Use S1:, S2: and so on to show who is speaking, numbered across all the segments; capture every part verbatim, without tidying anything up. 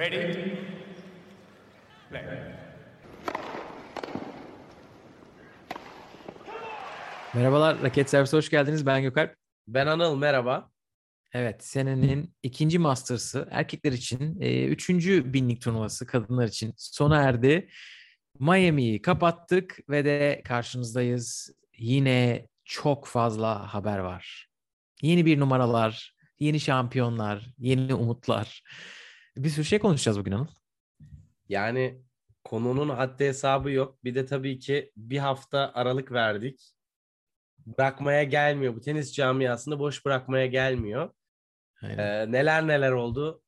S1: Ready? Play.
S2: Merhabalar, Raket Servise hoş geldiniz. Ben Gökalp.
S3: Ben Anıl, merhaba.
S2: Evet, senenin ikinci Masters'ı erkekler için, e, üçüncü binlik turnuvası kadınlar için sona erdi. Miami'yi kapattık ve de karşınızdayız. Yine çok fazla haber var. Yeni bir numaralar, yeni şampiyonlar, yeni umutlar. Bir sürü şey konuşacağız bugün Anıl.
S3: Yani konunun haddi hesabı yok. Bir de tabii ki bir hafta aralık verdik. Bırakmaya gelmiyor. Bu tenis camiasını boş bırakmaya gelmiyor.
S2: Aynen.
S3: Ee, neler neler oldu.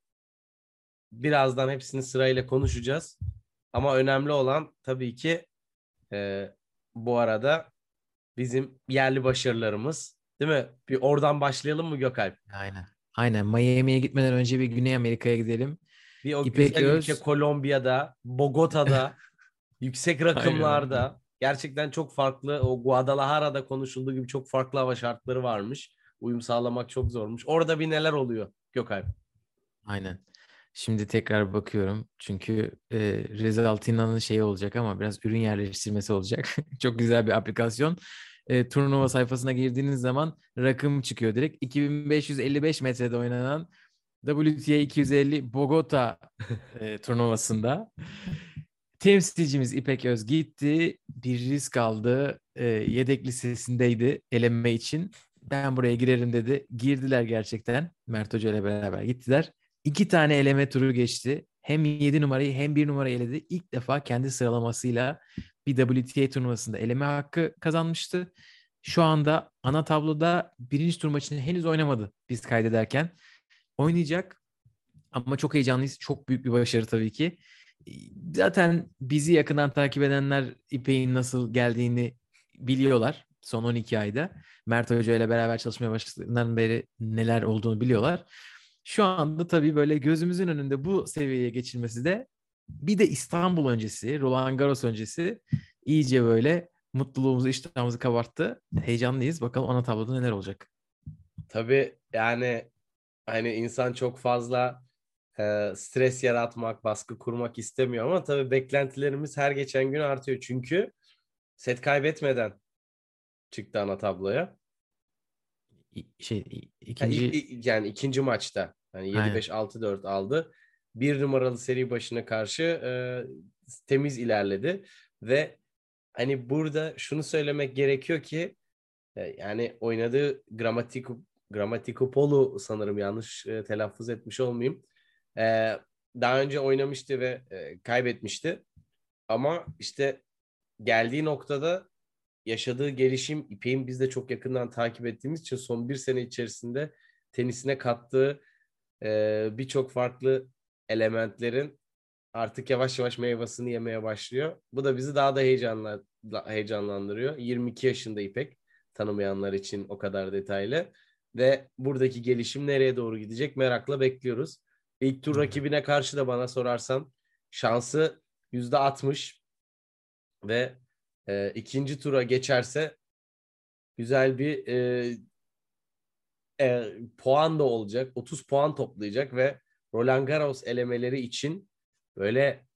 S3: Birazdan hepsini sırayla konuşacağız. Ama önemli olan tabii ki e, bu arada bizim yerli başarılarımız. Değil mi? Bir oradan başlayalım mı Gökalp?
S2: Aynen. Aynen. Miami'ye gitmeden önce bir Güney Amerika'ya gidelim.
S3: Bir o
S2: İpek
S3: güzel ülke
S2: Öz.
S3: Kolombiya'da, Bogota'da, yüksek
S2: Aynen öyle.
S3: rakımlarda gerçekten çok farklı, o Guadalajara'da konuşulduğu gibi çok farklı hava şartları varmış. Uyum sağlamak çok zormuş. Orada bir neler oluyor Gökalp?
S2: Aynen. Şimdi tekrar bakıyorum. Çünkü e, Resultina'nın şeyi olacak ama biraz ürün yerleştirmesi olacak. Çok güzel bir aplikasyon. E, turnuva sayfasına girdiğiniz zaman rakım çıkıyor direkt. iki bin beş yüz elli beş metrede oynanan W T A iki yüz elli Bogota e, turnuvasında temsilcimiz İpek Öz gitti. Bir risk aldı. E, yedek listesindeydi eleme için. Ben buraya girerim dedi. Girdiler gerçekten. Mert Hoca ile beraber gittiler. İki tane eleme turu geçti. Hem yedi numarayı hem bir numarayı eledi. İlk defa kendi sıralamasıyla bir W T A turnuvasında eleme hakkı kazanmıştı. Şu anda ana tabloda birinci tur maçını henüz oynamadı biz kaydederken. Oynayacak ama çok heyecanlıyız. Çok büyük bir başarı tabii ki. Zaten bizi yakından takip edenler İpek'in nasıl geldiğini biliyorlar son on iki ayda. Mert Hoca ile beraber çalışmaya başladığından beri neler olduğunu biliyorlar. Şu anda tabii böyle gözümüzün önünde bu seviyeye geçilmesi de bir de İstanbul öncesi, Roland Garros öncesi iyice böyle mutluluğumuzu, iştahımızı kabarttı. Heyecanlıyız. Bakalım ana tabloda neler olacak.
S3: Tabii yani hani insan çok fazla e, stres yaratmak, baskı kurmak istemiyor ama tabii beklentilerimiz her geçen gün artıyor. Çünkü set kaybetmeden çıktı ana tabloya.
S2: İ- Şey
S3: Ha, ilk,
S2: ikinci
S3: ilk- yani ikinci maçta hani yedi
S2: aynen.
S3: beş altı dört aldı. Bir numaralı seri başına karşı e, temiz ilerledi ve hani burada şunu söylemek gerekiyor ki e, yani oynadığı Gramatico Grammaticopolo sanırım yanlış e, telaffuz etmiş olmayayım. E, Daha önce oynamıştı ve e, kaybetmişti. Ama işte geldiği noktada yaşadığı gelişim İpek'in biz de çok yakından takip ettiğimiz için son bir sene içerisinde tenisine kattığı e, birçok farklı elementlerin artık yavaş yavaş meyvasını yemeye başlıyor. Bu da bizi daha da heyecanla, heyecanlandırıyor. yirmi iki yaşında İpek, tanımayanlar için o kadar detaylı. Ve buradaki gelişim nereye doğru gidecek merakla bekliyoruz. İlk tur
S2: Aynen.
S3: rakibine karşı da bana sorarsan şansı yüzde altmış ve e, ikinci tura geçerse güzel bir e, e, puan da olacak. otuz puan toplayacak ve Roland Garros elemeleri için böyle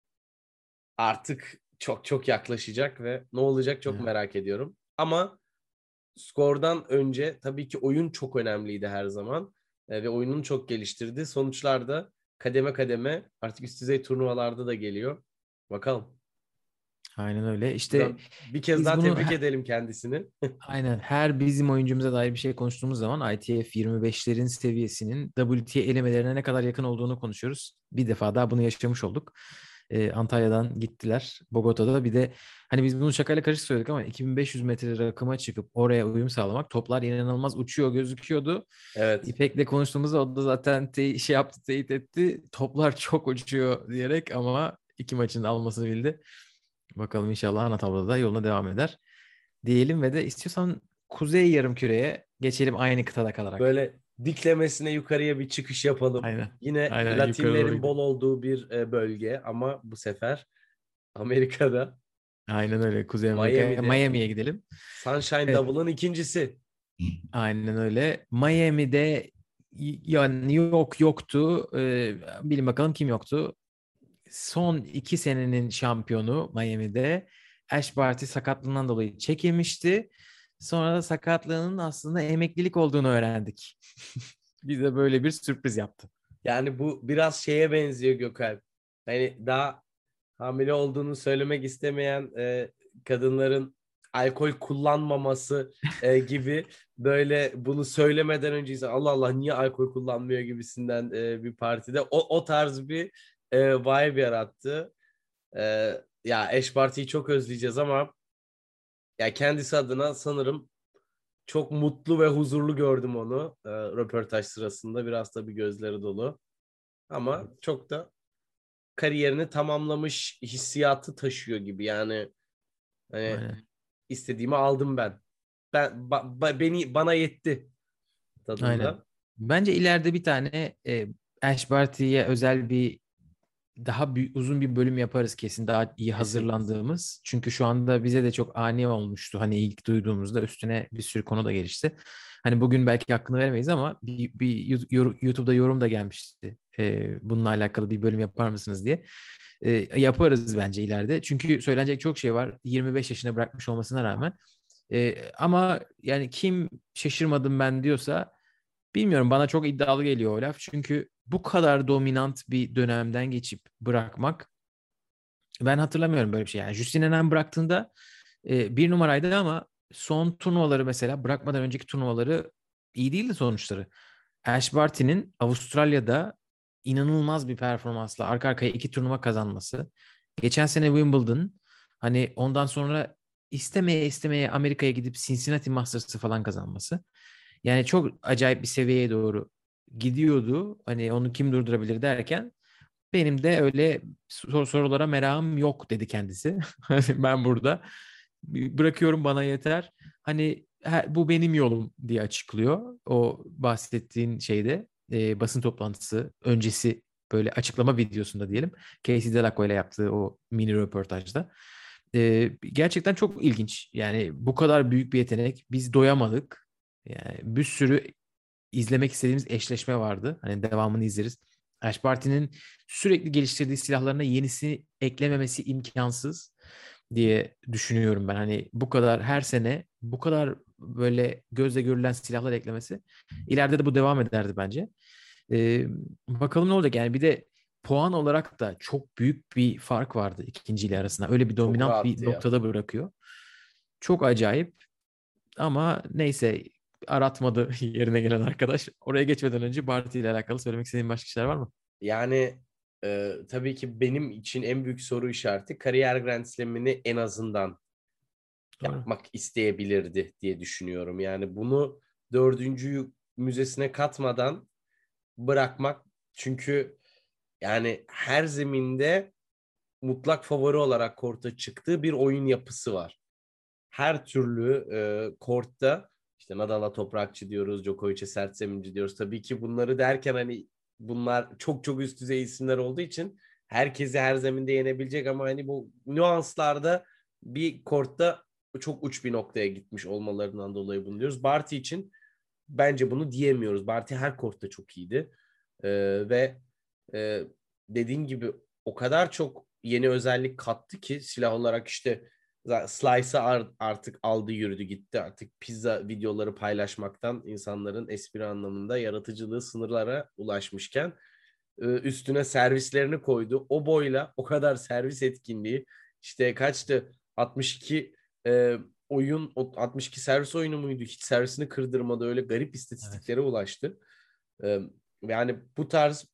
S3: artık çok çok yaklaşacak ve ne olacak çok
S2: Evet.
S3: merak ediyorum. Ama skordan önce tabii ki oyun çok önemliydi her zaman. E, ve oyununu çok geliştirdi. Sonuçlar da kademe kademe artık üst düzey turnuvalarda da geliyor. Bakalım.
S2: Aynen öyle. İşte
S3: Buradan bir kez
S2: biz
S3: daha
S2: bunu
S3: tebrik
S2: he-
S3: edelim kendisini.
S2: aynen her bizim oyuncumuza dair bir şey konuştuğumuz zaman I T F yirmi beşlerin seviyesinin W T A elemelerine ne kadar yakın olduğunu konuşuyoruz. Bir defa daha bunu yaşamış olduk. Ee, Antalya'dan gittiler. Bogota'da bir de hani biz bunu şakayla karışık söyledik ama iki bin beş yüz metre rakıma çıkıp oraya uyum sağlamak, toplar inanılmaz uçuyor gözüküyordu.
S3: Evet.
S2: İpek'le konuştuğumuzda o da zaten te- şey yaptı, teyit etti. Toplar çok uçuyor diyerek ama iki maçın da almasını bildi. Bakalım inşallah ana tabloda yoluna devam eder diyelim ve de istiyorsan Kuzey Yarımküre'ye geçelim aynı kıtada kalarak.
S3: Böyle diklemesine yukarıya bir çıkış yapalım.
S2: Aynen.
S3: Yine
S2: Aynen yukarı doğru
S3: Latinlerin
S2: gidelim.
S3: bol olduğu bir e, bölge ama bu sefer Amerika'da,
S2: Aynen öyle. Kuzey Amerika'ya,
S3: Miami'de
S2: Miami'ye gidelim.
S3: Sunshine
S2: Evet,
S3: Double'ın ikincisi.
S2: aynen öyle. Miami'de Yani yok yoktu. Ee, bilin bakalım kim yoktu. Son iki senenin şampiyonu Miami'de Ash Barty sakatlığından dolayı çekilmişti. Sonra da sakatlığının aslında emeklilik olduğunu öğrendik. Bize böyle bir sürpriz yaptı.
S3: Yani bu biraz şeye benziyor Gökalp. Hani daha hamile olduğunu söylemek istemeyen e, kadınların alkol kullanmaması e, gibi, böyle bunu söylemeden önce insan Allah Allah niye alkol kullanmıyor gibisinden e, bir partide o, o tarz bir e, vibe yarattı. E, Ya Ash Barty'yi çok özleyeceğiz ama ya kendisi adına sanırım çok mutlu ve huzurlu gördüm onu e, röportaj sırasında. Biraz da bir gözleri dolu. Ama çok da kariyerini tamamlamış hissiyatı taşıyor gibi. Yani hani
S2: Aynen.
S3: istediğimi aldım ben. Ben ba- ba- beni bana yetti
S2: Aynen.
S3: tadında.
S2: Bence ileride bir tane e, Ash Barty'ye özel bir daha büyük, uzun bir bölüm yaparız kesin, daha iyi
S3: Kesin.
S2: hazırlandığımız. Çünkü şu anda bize de çok ani olmuştu. Hani ilk duyduğumuzda üstüne bir sürü konu da gelişti. Hani bugün belki hakkını veremeyiz ama bir, bir yor- YouTube'da yorum da gelmişti. Ee, bununla alakalı bir bölüm yapar mısınız diye. Ee, yaparız bence ileride. Çünkü söylenecek çok şey var. yirmi beş yaşına bırakmış olmasına rağmen. Ee, ama yani kim şaşırmadım ben diyorsa, bilmiyorum, bana çok iddialı geliyor o laf. Çünkü bu kadar dominant bir dönemden geçip bırakmak, ben hatırlamıyorum böyle bir şey. Yani Justin Henin bıraktığında e, bir numaraydı ama son turnuvaları, mesela bırakmadan önceki turnuvaları iyi değildi sonuçları. Ash Barty'nin Avustralya'da inanılmaz bir performansla arka arkaya iki turnuva kazanması. Geçen sene Wimbledon, hani ondan sonra istemeye istemeye Amerika'ya gidip Cincinnati Masters'ı falan kazanması. Yani çok acayip bir seviyeye doğru gidiyordu. Hani onu kim durdurabilir derken, benim de öyle sor sorulara merakım yok dedi kendisi. Ben burada bırakıyorum, bana yeter. Hani her- bu benim yolum diye açıklıyor. O bahsettiğin şeyde, e, basın toplantısı öncesi böyle açıklama videosunda diyelim. Casey Dellacqua ile yaptığı o mini röportajda. E, gerçekten çok ilginç. Yani bu kadar büyük bir yetenek. Biz doyamadık. Yani bir sürü izlemek istediğimiz eşleşme vardı. Hani devamını izleriz. Ash Barty'nin sürekli geliştirdiği silahlarına yenisini eklememesi imkansız diye düşünüyorum ben. Hani bu kadar her sene bu kadar böyle gözle görülen silahlar eklemesi, ileride de bu devam ederdi bence. Ee, bakalım ne olacak. Yani bir de puan olarak da çok büyük bir fark vardı ikinciyle arasında. Öyle bir
S3: Çok
S2: dominant bir
S3: rahattı ya.
S2: noktada bırakıyor. Çok acayip. Ama neyse, aratmadı yerine gelen arkadaş. Oraya geçmeden önce Barty ile alakalı söylemek istediğin başka şeyler var mı?
S3: Yani e, tabii ki benim için en büyük soru işareti kariyer Grand Slam'ini en azından
S2: Doğru.
S3: yapmak isteyebilirdi diye düşünüyorum. Yani bunu dördüncü müzesine katmadan bırakmak, çünkü yani her zeminde mutlak favori olarak korta çıktığı bir oyun yapısı var. Her türlü e, kortta işte Nadal'a toprakçı diyoruz, Djokovic'e sert zeminci diyoruz. Tabii ki bunları derken hani bunlar çok çok üst düzey isimler olduğu için herkesi her zeminde yenebilecek ama hani bu nüanslarda bir kortta çok uç bir noktaya gitmiş olmalarından dolayı bunu diyoruz. Barty için bence bunu diyemiyoruz. Barty her kortta çok iyiydi. E, ve e, dediğin gibi o kadar çok yeni özellik kattı ki silah olarak, işte Slice'ı artık aldı yürüdü gitti. Artık pizza videoları paylaşmaktan insanların espri anlamında yaratıcılığı sınırlara ulaşmışken üstüne servislerini koydu. O boyla o kadar servis etkinliği, işte kaçtı? altmış iki e, oyun, altmış iki servis oyunu muydu? Hiç servisini kırdırmadı. Öyle garip
S2: Evet.
S3: istatistiklere ulaştı. E, Yani bu tarz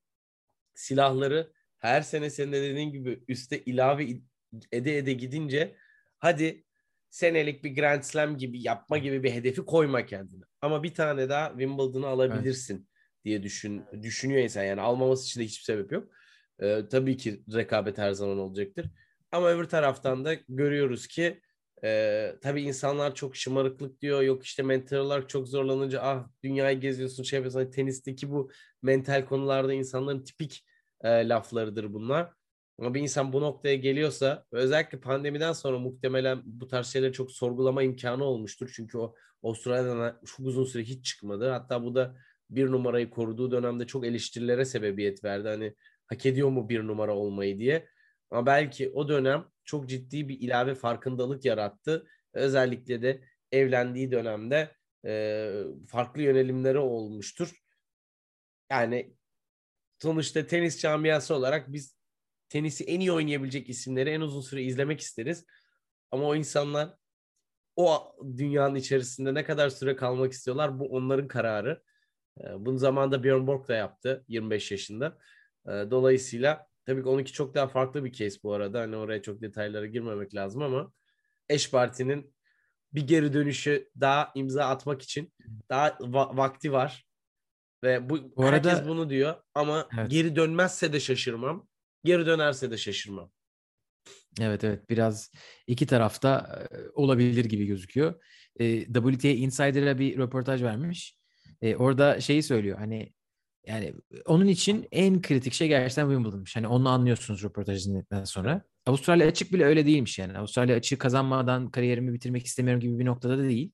S3: silahları her sene senin de dediğin gibi üste ilave ede ede gidince, hadi senelik bir Grand Slam gibi yapma gibi bir hedefi koyma kendine. Ama bir tane daha Wimbledon'ı
S2: Evet.
S3: alabilirsin diye düşün düşünüyor insan. Yani almaması için de hiçbir sebep yok. Ee, tabii ki rekabet her zaman olacaktır. Ama öbür taraftan da görüyoruz ki e, tabii insanlar çok şımarıklık diyor. Yok işte mental olarak çok zorlanınca ah dünyayı geziyorsun şey yapıyorsun. Hani tenisteki bu mental konularda insanların tipik e, laflarıdır bunlar. Ama bir insan bu noktaya geliyorsa, özellikle pandemiden sonra muhtemelen bu tarz şeyleri çok sorgulama imkanı olmuştur. Çünkü o Avustralya'dan çok uzun süre hiç çıkmadı. Hatta bu da bir numarayı koruduğu dönemde çok eleştirilere sebebiyet verdi. Hani hak ediyor mu bir numara olmayı diye. Ama belki o dönem çok ciddi bir ilave farkındalık yarattı. Özellikle de evlendiği dönemde e, farklı yönelimleri olmuştur. Yani sonuçta tenis camiası olarak biz tenisi en iyi oynayabilecek isimleri en uzun süre izlemek isteriz. Ama o insanlar o dünyanın içerisinde ne kadar süre kalmak istiyorlar, bu onların kararı. Bunun zamanında Björn Borg da yaptı yirmi beş yaşında. Dolayısıyla tabii ki onunki çok daha farklı bir case bu arada. Hani oraya çok detaylara girmemek lazım ama Eş Parti'nin bir geri dönüşü daha imza atmak için daha va- vakti var. Ve bu
S2: Bu
S3: herkes
S2: arada
S3: bunu diyor ama
S2: evet.
S3: geri dönmezse de şaşırmam. Geri dönerse de şaşırmam.
S2: Evet evet biraz iki tarafta e, olabilir gibi gözüküyor. E, W T A Insider'a bir röportaj vermiş. E, orada şeyi söylüyor hani yani onun için en kritik şey gerçekten Wimbledon'mış. Hani onu anlıyorsunuz röportajı dinledikten sonra. Avustralya Açık bile öyle değilmiş yani. Avustralya Açığı kazanmadan kariyerimi bitirmek istemiyorum gibi bir noktada da değil.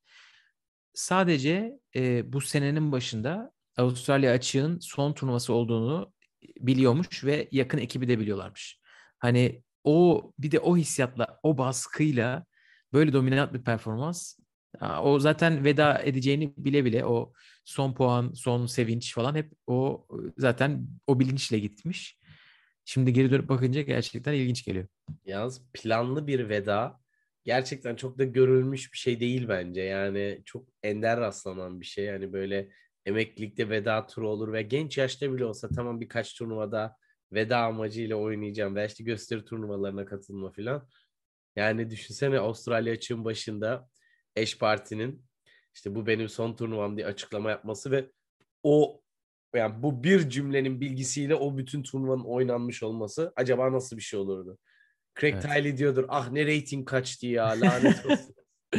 S2: Sadece e, bu senenin başında Avustralya Açığı'nın son turnuvası olduğunu biliyormuş ve yakın ekibi de biliyorlarmış. Hani o bir de o hissiyatla, o baskıyla böyle dominant bir performans. Aa, o zaten veda edeceğini bile bile o son puan, son sevinç falan hep o zaten o bilinçle gitmiş. Şimdi geri dönüp bakınca gerçekten ilginç geliyor.
S3: Yalnız planlı bir veda gerçekten çok da görülmüş bir şey değil bence. Yani çok ender rastlanan bir şey. Yani böyle emeklilikte veda turu olur ve genç yaşta bile olsa tamam birkaç turnuvada veda amacıyla oynayacağım veya işte gösteri turnuvalarına katılma falan. Yani düşünsene Avustralya açığın başında Eş Parti'nin işte bu benim son turnuvam diye açıklama yapması ve o yani bu bir cümlenin bilgisiyle o bütün turnuvanın oynanmış olması acaba nasıl bir şey olurdu? Craig
S2: Evet.
S3: Tiley diyordur. Ah ne reyting kaçtı ya lanet olsun.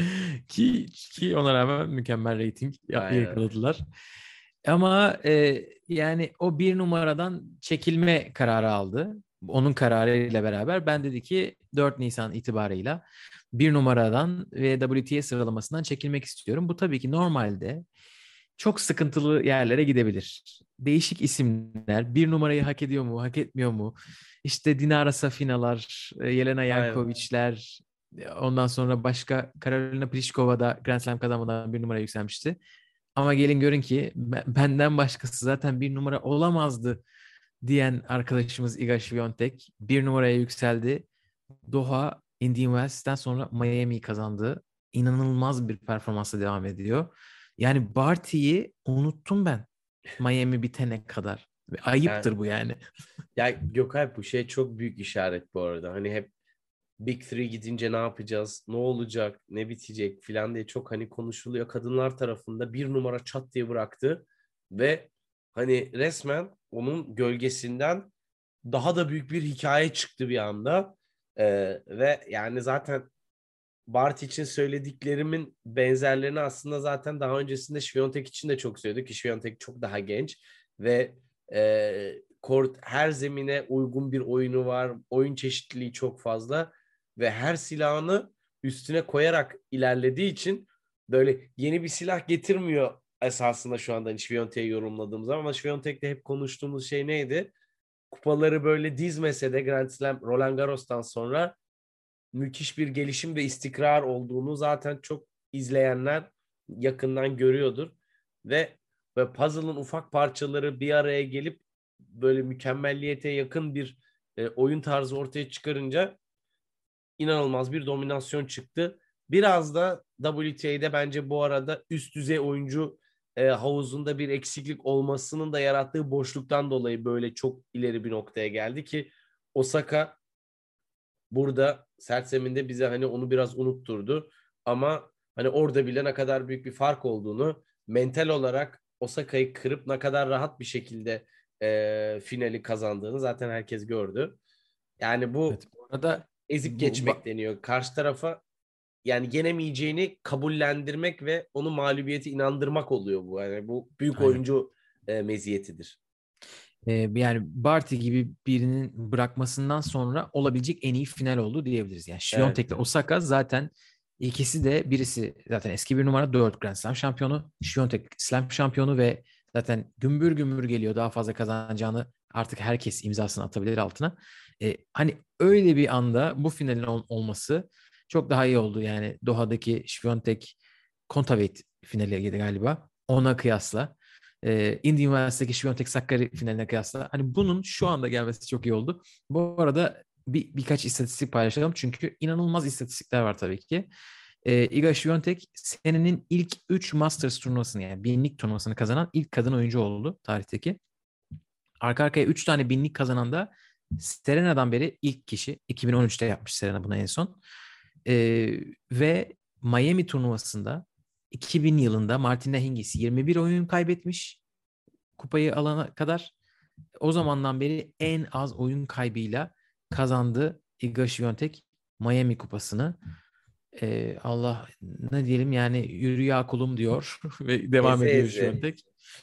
S2: ki ki ona rağmen mükemmel reyting ya-
S3: Aynen.
S2: yakaladılar. Ama e, yani o bir numaradan çekilme kararı aldı. Onun kararıyla beraber ben dedi ki dört Nisan itibarıyla bir numaradan ve W T A sıralamasından çekilmek istiyorum. Bu tabii ki normalde çok sıkıntılı yerlere gidebilir. Değişik isimler bir numarayı hak ediyor mu, hak etmiyor mu? İşte Dinara Safinalar, e, Jelena
S3: Aynen.
S2: Jankovic'ler, ondan sonra başka Karolina Pliskova da Grand Slam kazanmadan bir numara yükselmişti. Ama gelin görün ki be- benden başkası zaten bir numara olamazdı diyen arkadaşımız Iga Świątek bir numaraya yükseldi. Doha, Indian Wells'ten sonra Miami'yi kazandı. İnanılmaz bir performansla devam ediyor. Yani Barty'yi unuttum ben Miami bitene kadar. Ve
S3: Yani,
S2: ayıptır bu yani.
S3: ya Gökay bu şey çok büyük işaret bu arada. Hani hep Big Three gidince ne yapacağız, ne olacak, ne bitecek filan diye çok hani konuşuluyor. Kadınlar tarafında bir numara çat diye bıraktı ve hani resmen onun gölgesinden daha da büyük bir hikaye çıktı bir anda. Ee, ve yani zaten Bart için söylediklerimin benzerlerini aslında zaten daha öncesinde Świątek için de çok söyledik ki Świątek çok daha genç ve e, kort her zemine uygun bir oyunu var. Oyun çeşitliliği çok fazla ve her silahını üstüne koyarak ilerlediği için böyle yeni bir silah getirmiyor esasında şu anda hani Świątek'i yorumladığımız zaman ama Świątek'te hep konuştuğumuz şey neydi? Kupaları böyle dizmese de Grand Slam Roland Garros'tan sonra müthiş bir gelişim ve istikrar olduğunu zaten çok izleyenler yakından görüyordur. Ve ve puzzle'ın ufak parçaları bir araya gelip böyle mükemmelliyete yakın bir e, oyun tarzı ortaya çıkarınca inanılmaz bir dominasyon çıktı. Biraz da W T A'de bence bu arada üst düzey oyuncu e, havuzunda bir eksiklik olmasının da yarattığı boşluktan dolayı böyle çok ileri bir noktaya geldi ki Osaka burada sert zeminde bize hani onu biraz unutturdu. Ama hani orada bile ne kadar büyük bir fark olduğunu mental olarak Osaka'yı kırıp ne kadar rahat bir şekilde e, finali kazandığını zaten herkes gördü. Yani bu
S2: Evet, bu arada
S3: ezik
S2: bu
S3: geçmek
S2: ba-
S3: deniyor. Karşı tarafa yani yenemeyeceğini kabullendirmek ve onu mağlubiyete inandırmak oluyor bu. Yani bu büyük
S2: aynen.
S3: oyuncu e, meziyetidir.
S2: Ee, yani Barty gibi birinin bırakmasından sonra olabilecek en iyi final oldu diyebiliriz. Yani
S3: Evet.
S2: Świątek ile Osaka zaten ikisi de birisi zaten eski bir numara dört Grand Slam şampiyonu. Świątek Slam şampiyonu ve Zaten gümbür gümbür geliyor, daha fazla kazanacağını artık herkes imzasını atabilir altına. E, hani öyle bir anda bu finalin ol- olması çok daha iyi oldu. Yani Doha'daki Świątek Kontaveit finali galiba. Ona kıyasla. E, Indian Wells'teki Świątek Sakkari finaline kıyasla. Hani bunun şu anda gelmesi çok iyi oldu. Bu arada bir birkaç istatistik paylaşalım. Çünkü inanılmaz istatistikler var tabii ki. E, Iga Świątek senenin ilk üç Masters turnuvasını, yani binlik turnuvasını kazanan ilk kadın oyuncu oldu tarihteki. Arka arkaya üç tane binlik kazanan da Serena'dan beri ilk kişi. iki bin on üçte yapmış Serena bunu en son. Ee, ve Miami turnuvasında iki bin yılında Martina Hingis yirmi bir oyun kaybetmiş kupayı alana kadar. O zamandan beri en az oyun kaybıyla kazandı Iga Świątek Miami kupasını. Ee, Allah ne diyelim, yani yürü ya kulum diyor ve devam
S3: Eze
S2: ediyor
S3: eze.
S2: Świątek.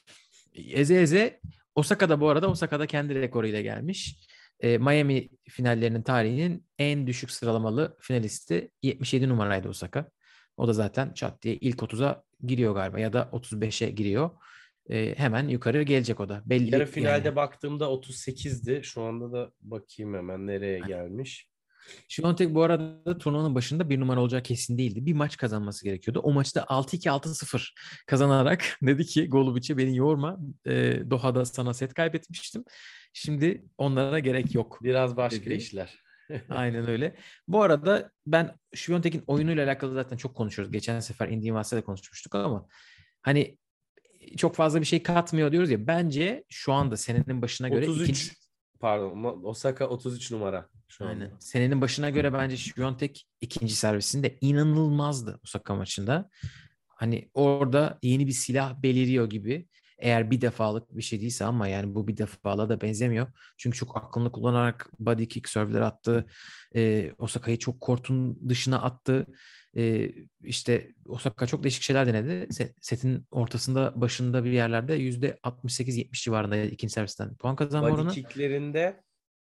S2: Eze eze. Osaka'da, bu arada Osaka'da kendi rekoruyla gelmiş. Ee, Miami finallerinin tarihinin en düşük sıralamalı finalisti yetmiş yedi numaraydı Osaka. O da zaten çat diye ilk otuza giriyor galiba, ya da otuz beşe giriyor. Ee, hemen yukarı gelecek o da.
S3: Yarı
S2: Belli yani.
S3: finalde baktığımda otuz sekizdi. Şu anda da bakayım hemen nereye
S2: Hani
S3: gelmiş.
S2: Świątek bu arada turnuvanın başında bir numara olacağı kesin değildi. Bir maç kazanması gerekiyordu. O maçta altı iki altı sıfır kazanarak dedi ki Golubic'e, beni yorma. Ee, Doha'da sana set kaybetmiştim. Şimdi onlara gerek yok
S3: Biraz başka
S2: dedi.
S3: işler.
S2: Aynen öyle. Bu arada ben Świątek'in oyunuyla alakalı zaten çok konuşuyoruz. Geçen sefer Indian Wells'te de konuşmuştuk ama hani çok fazla bir şey katmıyor diyoruz ya. Bence şu anda senenin başına göre ikinci.
S3: otuz üç pardon, Osaka otuz üç numara şu
S2: Aynen.
S3: anda.
S2: Senenin başına göre bence Świątek ikinci servisinde inanılmazdı Osaka maçında. Hani orada yeni bir silah beliriyor gibi. Eğer bir defalık bir şey değilse, ama yani bu bir defalığa da benzemiyor. Çünkü çok aklını kullanarak body kick serve'ler attı. Ee, Osaka'yı çok kortun dışına attı. Ee, işte Osaka çok değişik şeyler denedi. Setin ortasında, başında bir yerlerde yüzde altmış sekiz yetmiş civarında ikinci servisten puan kazanma
S3: Body
S2: oranı.
S3: kicklerinde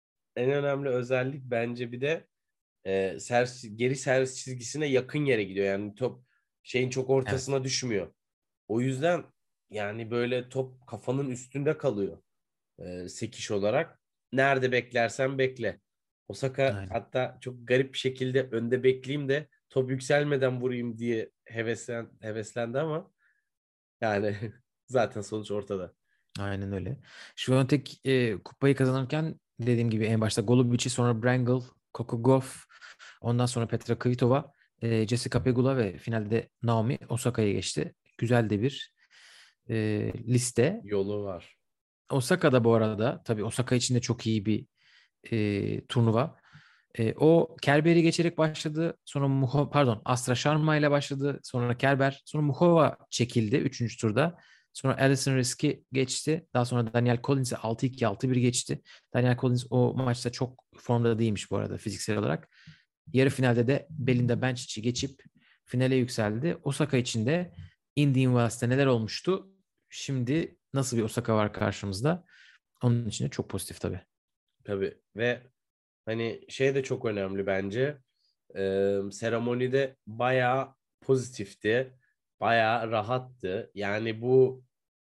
S3: en önemli özellik bence bir de e, servis, geri servis çizgisine yakın yere gidiyor. Yani top şeyin çok
S2: Evet.
S3: ortasına düşmüyor. O yüzden yani böyle top kafanın üstünde kalıyor e, sekiş olarak. Nerede beklersen bekle. Osaka
S2: Aynen.
S3: hatta çok garip bir şekilde önde bekleyeyim de top yükselmeden vurayım diye heveslen, heveslendi ama yani zaten sonuç ortada.
S2: Aynen öyle. Świątek e, kupayı kazanırken dediğim gibi en başta Golubic'i, sonra Brangle, Coco Gauff, ondan sonra Petra Kvitova, e, Jessica Pegula ve finalde Naomi Osaka'ya geçti. Güzel de bir e, liste.
S3: Yolu var.
S2: Osaka'da bu arada, tabii Osaka için de çok iyi bir e, turnuva. E, o Kerber'i geçerek başladı. Sonra Muho, pardon Astra Sharma ile başladı. Sonra Kerber. Sonra Muhova çekildi üçüncü turda. Sonra Alison Risk'i geçti. Daha sonra Daniel Collins'i altı iki altı bir geçti. Daniel Collins o maçta çok formda değilmiş bu arada fiziksel olarak. Yarı finalde de Belinda Bencic'i geçip finale yükseldi. Osaka için de Indian Wells'te neler olmuştu? Şimdi nasıl bir Osaka var karşımızda? Onun için de çok pozitif tabii.
S3: Tabii ve hani şey de çok önemli bence. Ee, seremonide bayağı pozitifti. Bayağı rahattı. Yani bu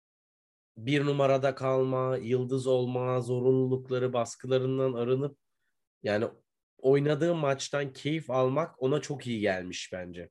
S3: bir numarada kalma, yıldız olma, zorunlulukları, baskılarından arınıp yani oynadığı maçtan keyif almak ona çok iyi gelmiş bence.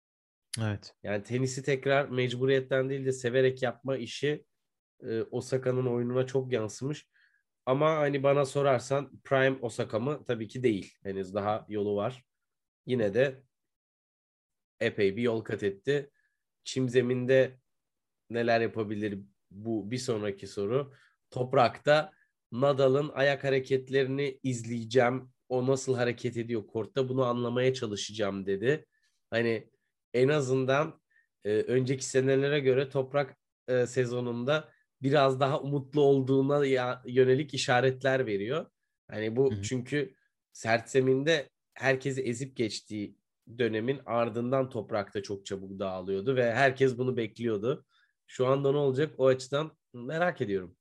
S2: Evet.
S3: Yani tenisi tekrar mecburiyetten değil de severek yapma işi e, Osaka'nın oyununa çok yansımış. Ama hani bana sorarsan Prime Osaka mı? Tabii ki değil. Henüz daha yolu var. Yine de epey bir yol kat etti. Çim zeminde neler yapabilir, bu bir sonraki soru. Toprakta Nadal'ın ayak hareketlerini izleyeceğim. O nasıl hareket ediyor kortta, bunu anlamaya çalışacağım dedi. Hani en azından e, önceki senelere göre toprak e, sezonunda biraz daha umutlu olduğuna ya, yönelik işaretler veriyor. Hani
S2: Hı
S3: bu
S2: hı.
S3: çünkü sert zeminde herkesi ezip geçtiği dönemin ardından toprakta çok çabuk dağılıyordu ve herkes bunu bekliyordu. Şu anda ne olacak, o açıdan merak ediyorum.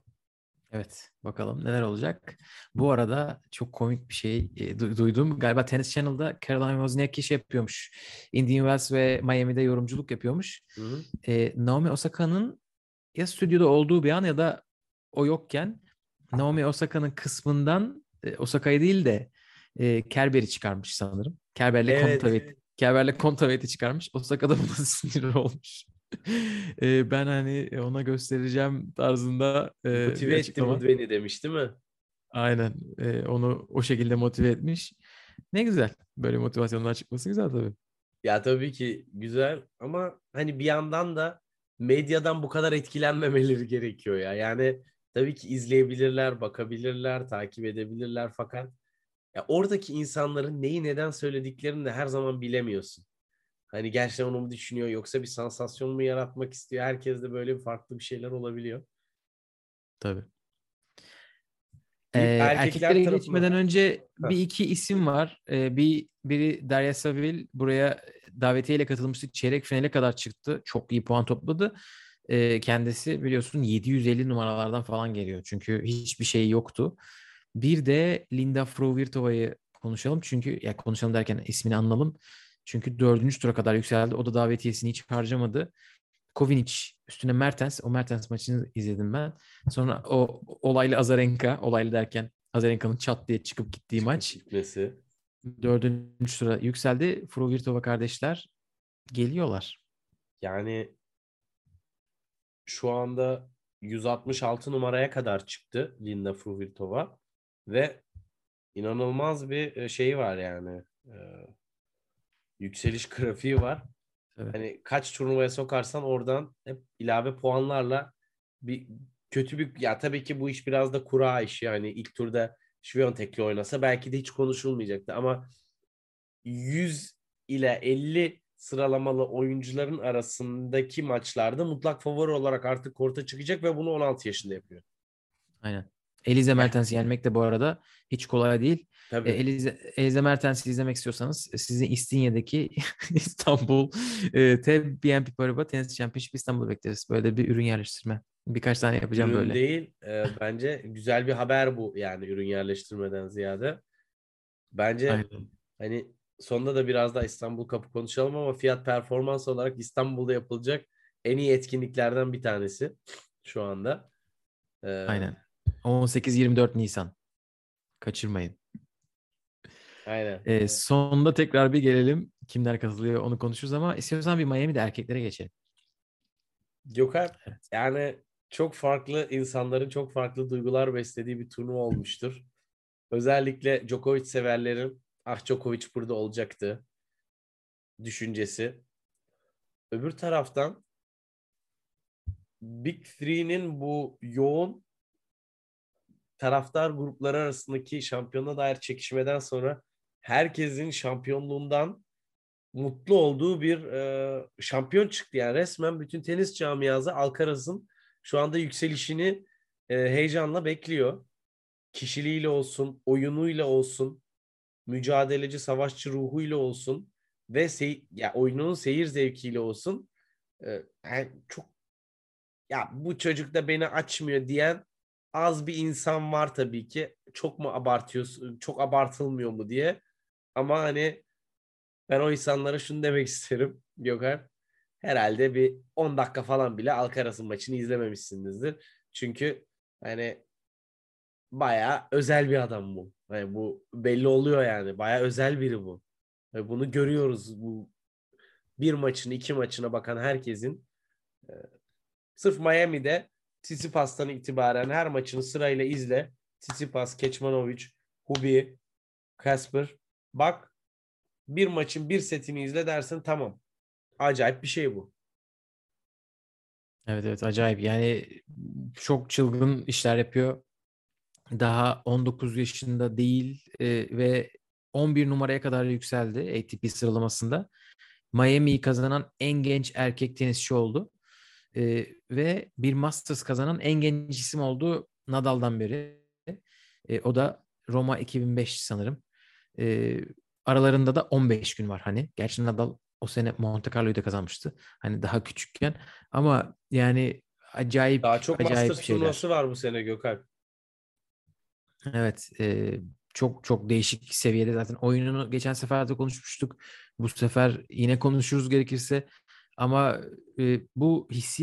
S2: Evet, bakalım neler olacak. Bu arada çok komik bir şey e, du- duydum. Galiba Tennis Channel'da Caroline Wozniacki şey yapıyormuş. Indian Wells ve Miami'de yorumculuk yapıyormuş.
S3: Hı hı.
S2: E, Naomi Osaka'nın ya stüdyoda olduğu bir an ya da o yokken Naomi Osaka'nın kısmından e, Osaka'yı değil de e, Kerber'i çıkarmış sanırım. Kerber'le
S3: Evet.
S2: Kontaveit, Kerber'le Kontaveit'i çıkarmış. Osaka da buna sinir olmuş. E, ben hani ona göstereceğim tarzında e, bir
S3: Motive etti bu
S2: açıklama.
S3: beni demiş değil mi?
S2: Aynen. E, onu o şekilde motive etmiş. Ne güzel. Böyle motivasyonlar çıkması güzel tabii.
S3: Ya tabii ki güzel ama hani bir yandan da medyadan bu kadar etkilenmemeleri gerekiyor ya. Yani tabii ki izleyebilirler, bakabilirler, takip edebilirler fakat ya oradaki insanların neyi neden söylediklerini de her zaman bilemiyorsun. Hani gerçekten onu mu düşünüyor yoksa bir sansasyon mu yaratmak istiyor? Herkes de böyle farklı bir şeyler olabiliyor.
S2: Tabii.
S3: Bir
S2: Ee,
S3: erkekler
S2: erkeklere
S3: tarafına.
S2: geçmeden önce
S3: Heh,
S2: bir iki isim var. Ee, bir biri Darya Savil buraya davetiyeyle katılmıştı. Çeyrek finale kadar çıktı. Çok iyi puan topladı. Ee, kendisi biliyorsun yedi yüz elli numaralardan falan geliyor. Çünkü hiçbir şey yoktu. Bir de Linda Fruhvirtova'yı konuşalım. Çünkü ya konuşalım derken ismini anlalım. Çünkü dördüncü tura kadar yükseldi. O da davetiyesini hiç harcamadı. Kovinic üstüne Mertens. O Mertens maçını izledim ben. Sonra o olaylı Azarenka. Olaylı derken Azarenka'nın çat diye çıkıp gittiği
S3: çıkıp
S2: maç.
S3: gitmesi.
S2: Dördüncü sıra yükseldi. Fruhvirtova kardeşler geliyorlar.
S3: Yani şu anda yüz altmış altı numaraya kadar çıktı Linda Fruhvirtova ve inanılmaz bir e, şeyi var yani. E, yükseliş grafiği var.
S2: Evet.
S3: Hani kaç turnuvaya sokarsan oradan hep ilave puanlarla bir kötü bir ya tabii ki bu iş biraz da kura işi yani ilk turda Swiatek'le oynasa belki de hiç konuşulmayacaktı ama yüz ile elli sıralamalı oyuncuların arasındaki maçlarda mutlak favori olarak artık korta çıkacak ve bunu on altı yaşında yapıyor.
S2: Aynen. Elize
S3: Ya
S2: Mertens'i yenmek de bu arada hiç kolay değil. E,
S3: tabii.
S2: Elize, Elize Mertens'i izlemek istiyorsanız e, sizi İstinye'deki İstanbul e, T B N P Paribas Tenis Championship İstanbul bekleriz. Böyle bir ürün yerleştirme. Birkaç tane yapacağım
S3: Ürün
S2: böyle.
S3: değil e, bence güzel bir haber bu yani ürün yerleştirmeden ziyade. Bence
S2: Aynen.
S3: hani sonunda da biraz daha İstanbul Kapı konuşalım ama fiyat performans olarak İstanbul'da yapılacak en iyi etkinliklerden bir tanesi şu anda. Ee,
S2: Aynen. on sekiz yirmi dört Nisan. Kaçırmayın.
S3: aynen.
S2: E, sonunda tekrar bir gelelim. Kimler katılıyor onu konuşuruz ama istiyorsan bir Miami'de erkeklere geçelim.
S3: Gökhan
S2: Evet.
S3: yani çok farklı insanların çok farklı duygular beslediği bir turnuva olmuştur. Özellikle Djokovic severlerin ah Djokovic burada olacaktı düşüncesi. Öbür taraftan Big Three'nin bu yoğun taraftar grupları arasındaki şampiyona dair çekişmeden sonra herkesin şampiyonluğundan mutlu olduğu bir e, şampiyon çıktı. Yani resmen bütün tenis camiası Alcaraz'ın şu anda yükselişini e, heyecanla bekliyor. Kişiliğiyle olsun, oyunuyla olsun, mücadeleci, savaşçı ruhuyla olsun ve sey- ya oyunun seyir zevkiyle olsun. E, yani çok ya bu çocuk da beni açmıyor diyen az bir insan var tabii ki. Çok mu abartıyorsun, çok abartılmıyor mu diye. Ama hani ben o insanlara şunu demek isterim Gökhan. Herhalde bir on dakika falan bile Alcaraz'ın maçını izlememişsinizdir. Çünkü hani bayağı özel bir adam bu. Yani bu belli oluyor yani. Bayağı özel biri bu. Ve bunu görüyoruz. Bu bir maçını, iki maçına bakan herkesin e, sırf Miami'de Tsitsipas'tan itibaren her maçını sırayla izle. Tsitsipas, Kecmanovic, Hubi, Casper. Bak bir maçın bir setini izle dersin tamam. Acayip bir şey bu.
S2: Evet evet acayip. Yani çok çılgın işler yapıyor. Daha on dokuz yaşında değil e, ve on bir numaraya kadar yükseldi A T P sıralamasında. Miami'yi kazanan en genç erkek tenisçi oldu. E, ve bir Masters kazanan en genç isim oldu Nadal'dan beri. E, o da Roma iki bin beş sanırım. E, aralarında da on beş gün var hani. Gerçi Nadal o sene Monte Carlo'yu da kazanmıştı. Hani daha küçükken. Ama yani acayip
S3: Daha çok
S2: acayip
S3: Masters turnuvası
S2: şeyler.
S3: var bu sene Gökhan.
S2: Evet, e, çok çok değişik seviyede zaten oyununu geçen sefer de konuşmuştuk. Bu sefer yine konuşuruz gerekirse. Ama e, bu hissiyat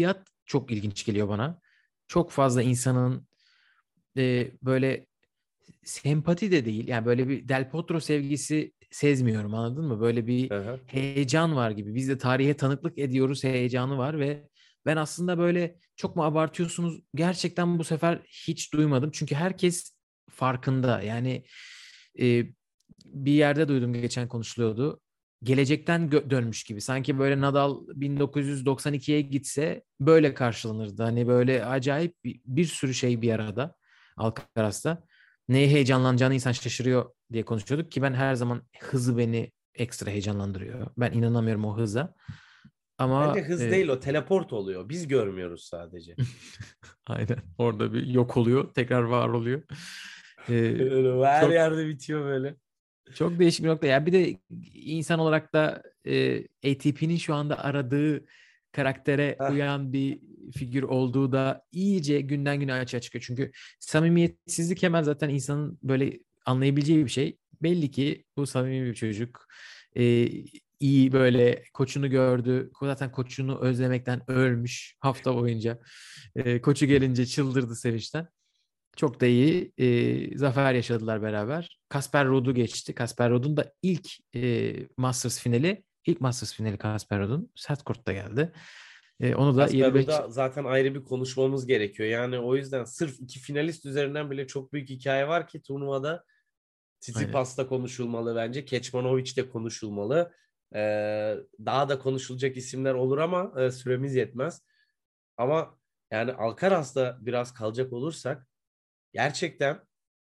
S2: çok ilginç geliyor bana. Çok fazla insanın e, böyle sempati de değil. Yani böyle bir Del Potro sevgisi sezmiyorum, anladın mı? Böyle bir
S3: Aha.
S2: heyecan var gibi. Biz de tarihe tanıklık ediyoruz heyecanı var ve ben aslında böyle çok mu abartıyorsunuz? Gerçekten bu sefer hiç duymadım. Çünkü herkes farkında. Yani e, bir yerde duydum, geçen konuşuluyordu. Gelecekten gö- dönmüş gibi. Sanki böyle Nadal bin dokuz yüz doksan ikiye gitse böyle karşılanırdı. Hani böyle acayip bir, bir sürü şey bir arada Alcaraz'da. Neye heyecanlanacağını insan şaşırıyor diye konuşuyorduk ki ben her zaman hızı beni ekstra heyecanlandırıyor. Ben inanamıyorum o hıza.
S3: Bence
S2: Ama
S3: hız
S2: e,
S3: değil, o teleport oluyor. Biz görmüyoruz sadece.
S2: aynen orada bir yok oluyor, tekrar var oluyor. E,
S3: Her
S2: çok
S3: yerde bitiyor böyle.
S2: çok değişik bir nokta. Ya bir de insan olarak da e, A T P'nin şu anda aradığı karaktere
S3: Hah.
S2: uyan bir figür olduğu da iyice günden güne açığa çıkıyor. Çünkü samimiyetsizlik hemen zaten insanın böyle anlayabileceği bir şey. Belli ki bu samimi bir çocuk. E, iyi böyle koçunu gördü. Zaten koçunu özlemekten ölmüş hafta boyunca. E, koçu gelince çıldırdı sevinçten. Çok da iyi e, zafer yaşadılar beraber. Kasper Ruud'u geçti. Kasper Ruud'un da ilk e, Masters finali, ilk Masters finali Kasper Ruud'un sert kortta geldi. E, onu da
S3: Kasper
S2: yedi beş.
S3: Ruud'a zaten ayrı bir konuşmamız gerekiyor. Yani o yüzden sırf iki finalist üzerinden bile çok büyük hikaye var ki turnuvada.
S2: Aynen.
S3: Tsitsipas da konuşulmalı bence. Kecmanovic de konuşulmalı. Ee, daha da konuşulacak isimler olur ama e, süremiz yetmez. Ama yani Alcaraz'da biraz kalacak olursak gerçekten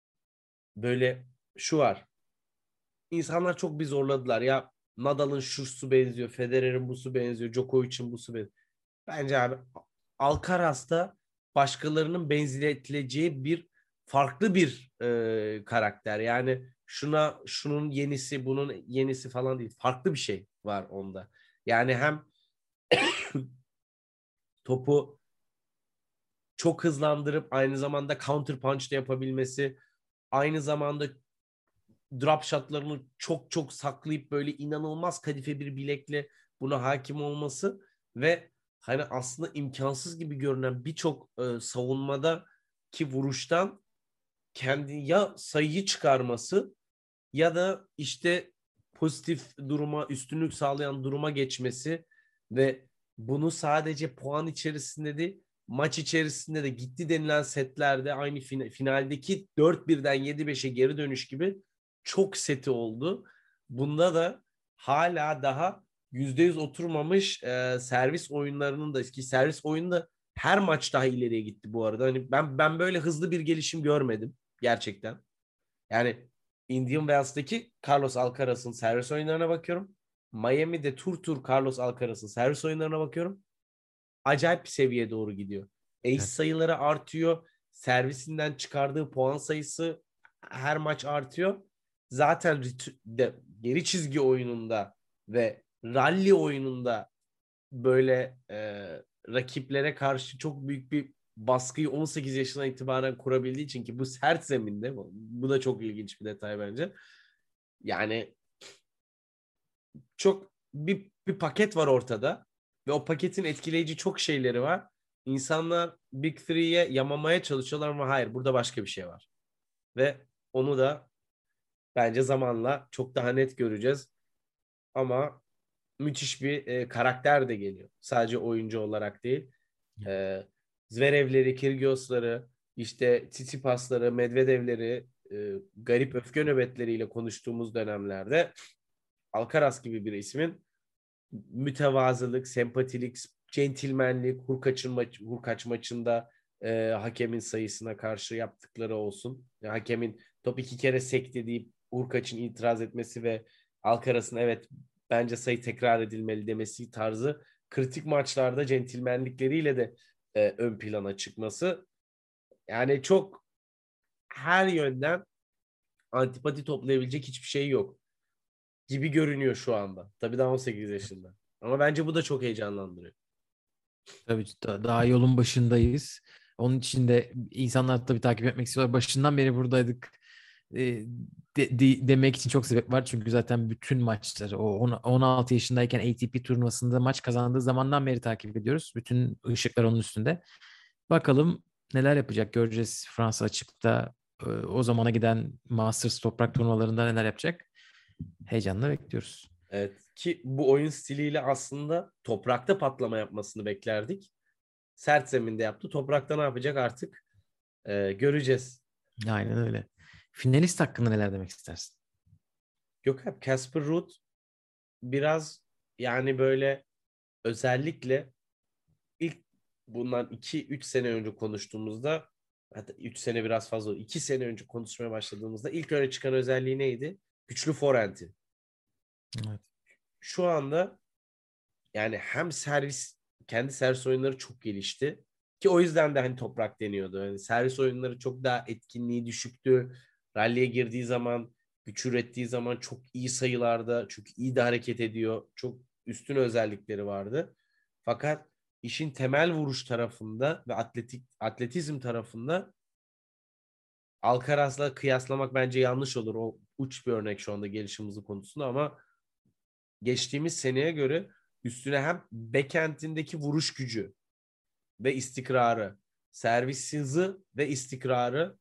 S3: böyle şu var. İnsanlar çok bir zorladılar. Ya Nadal'ın şusu benziyor, Federer'in busu benziyor, Djokovic'in busu benziyor. Bence abi Alcaraz'da başkalarının benzetileceği bir farklı bir e, karakter. Yani şuna şunun yenisi, bunun yenisi falan değil. Farklı bir şey var onda. Yani hem topu çok hızlandırıp aynı zamanda counter punch da yapabilmesi, aynı zamanda drop shotlarını çok çok saklayıp böyle inanılmaz kadife bir bilekle buna hakim olması ve hani aslında imkansız gibi görünen birçok e, savunmada ki vuruştan kendi ya sayıyı çıkarması ya da işte pozitif duruma, üstünlük sağlayan duruma geçmesi ve bunu sadece puan içerisinde değil, maç içerisinde de gitti denilen setlerde aynı fin- finaldeki dört birden yedi beşe geri dönüş gibi çok seti oldu. Bunda da hala daha yüzde yüz oturmamış e, servis oyunlarının da ki servis oyunda her maç daha ileriye gitti bu arada. Hani ben ben böyle hızlı bir gelişim görmedim gerçekten. Yani Indian Wells'taki Carlos Alcaraz'ın servis oyunlarına bakıyorum. Miami'de tur tur Carlos Alcaraz'ın servis oyunlarına bakıyorum. Acayip bir seviyeye doğru gidiyor. Ace
S2: Evet.
S3: sayıları artıyor. Servisinden çıkardığı puan sayısı her maç artıyor. Zaten de, geri çizgi oyununda ve rally oyununda böyle e, rakiplere karşı çok büyük bir baskıyı on sekiz yaşına itibaren kurabildiği için ki bu sert zeminde bu da çok ilginç bir detay bence. Yani çok bir, bir paket var ortada ve o paketin etkileyici çok şeyleri var. İnsanlar Big Three'ye yamamaya çalışıyorlar ama hayır burada başka bir şey var. Ve onu da bence zamanla çok daha net göreceğiz. Ama müthiş bir e, karakter de geliyor. Sadece oyuncu olarak değil. E, Zverev'leri, Kyrgios'ları, işte Tsitsipas'ları, Medvedev'leri, e, garip öfke nöbetleriyle konuştuğumuz dönemlerde Alcaraz gibi bir ismin mütevazılık, sempatilik, centilmenlik, hurkaçın maç, hurkaç maçında e, hakemin sayısına karşı yaptıkları olsun. Yani hakemin top iki kere sekti deyip hurkaçın itiraz etmesi ve Alcaraz'ın evet bence sayı tekrar edilmeli demesi tarzı kritik maçlarda centilmenlikleriyle de e, ön plana çıkması. Yani çok her yönden antipati toplayabilecek hiçbir şey yok gibi görünüyor şu anda. Tabii daha on sekiz yaşında. Ama bence bu da çok heyecanlandırıyor.
S2: Tabii da- daha yolun başındayız. Onun için de insanlar tabii takip etmek istiyorlar. Başından beri buradaydık. Ee, de- de- demek için çok sebep var. Çünkü zaten bütün maçları o on- on altı yaşındayken A T P turnuvasında maç kazandığı zamandan beri takip ediyoruz. Bütün ışıklar onun üstünde. Bakalım neler yapacak göreceğiz Fransa açıkta. e, O zamana giden Masters toprak turnuvalarında neler yapacak? Heyecanla bekliyoruz.
S3: Evet ki bu oyun stiliyle aslında toprakta patlama yapmasını beklerdik. Sert zeminde yaptı. Toprakta ne yapacak artık Ee, göreceğiz.
S2: Aynen öyle. Finalist hakkında neler demek istersin?
S3: Yok abi Casper Ruud biraz yani böyle özellikle ilk bundan iki üç sene önce konuştuğumuzda, hatta üç sene biraz fazla oldu. iki sene önce konuşmaya başladığımızda ilk öne çıkan özelliği neydi? Güçlü forehand'i.
S2: Evet.
S3: Şu anda yani hem servis, kendi servis oyunları çok gelişti. Ki o yüzden de hani toprak deniyordu. Yani servis oyunları çok daha etkinliği düşüktü. Rally'e girdiği zaman, güç ürettiği zaman çok iyi sayılarda, çok iyi de hareket ediyor. Çok üstün özellikleri vardı. Fakat işin temel vuruş tarafında ve atletik atletizm tarafında Alcaraz'la kıyaslamak bence yanlış olur. O uç bir örnek şu anda gelişim hızı konusunda ama geçtiğimiz seneye göre üstüne hem backend'indeki vuruş gücü ve istikrarı, servis hızı ve istikrarı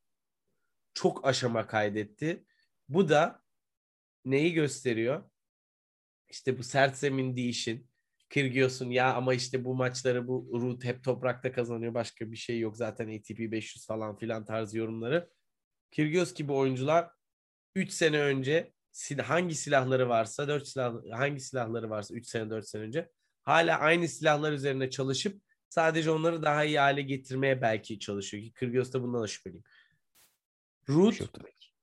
S3: çok aşama kaydetti. Bu da neyi gösteriyor? İşte bu sert zemin değişin. Kyrgios'un ya ama işte bu maçları bu Ruud hep toprakta kazanıyor. Başka bir şey yok. Zaten A T P beş yüz falan filan tarzı yorumları. Kyrgios gibi oyuncular üç sene önce hangi silahları varsa dört silah hangi silahları varsa üç sene dört sene önce hala aynı silahlar üzerine çalışıp sadece onları daha iyi hale getirmeye belki çalışıyor ki Kyrgios da bundan da şüpheliyim. Ruud
S2: Yok tabii ki.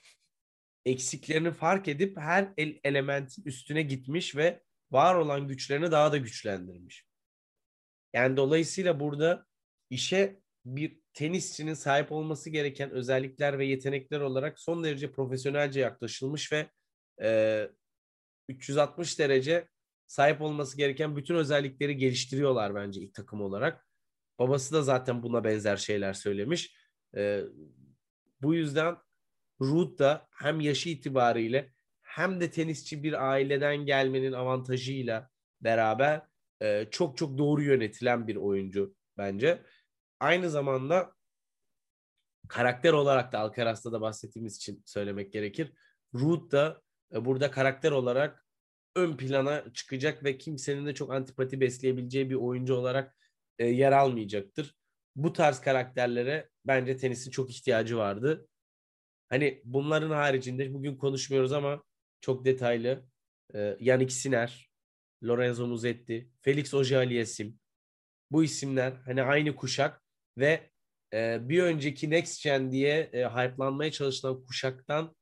S3: eksiklerini fark edip her el elementin üstüne gitmiş ve var olan güçlerini daha da güçlendirmiş. Yani dolayısıyla burada işe bir tenisçinin sahip olması gereken özellikler ve yetenekler olarak son derece profesyonelce yaklaşılmış ve e, üç yüz altmış derece sahip olması gereken bütün özellikleri geliştiriyorlar bence ilk takım olarak. Babası da zaten buna benzer şeyler söylemiş. E, bu yüzden Ruud da hem yaşı itibariyle hem de tenisçi bir aileden gelmenin avantajıyla beraber e, çok çok doğru yönetilen bir oyuncu bence. Aynı zamanda karakter olarak da Alcaraz'da da bahsettiğimiz için söylemek gerekir. Ruud da e, burada karakter olarak ön plana çıkacak ve kimsenin de çok antipati besleyebileceği bir oyuncu olarak e, yer almayacaktır. Bu tarz karakterlere bence tenisin çok ihtiyacı vardı. Hani bunların haricinde bugün konuşmuyoruz ama çok detaylı. E, Yannick Sinner, Lorenzo Musetti, Felix Auger-Aliassime. Bu isimler hani aynı kuşak ve e, bir önceki Next Gen diye e, hype'lanmaya çalışılan kuşaktan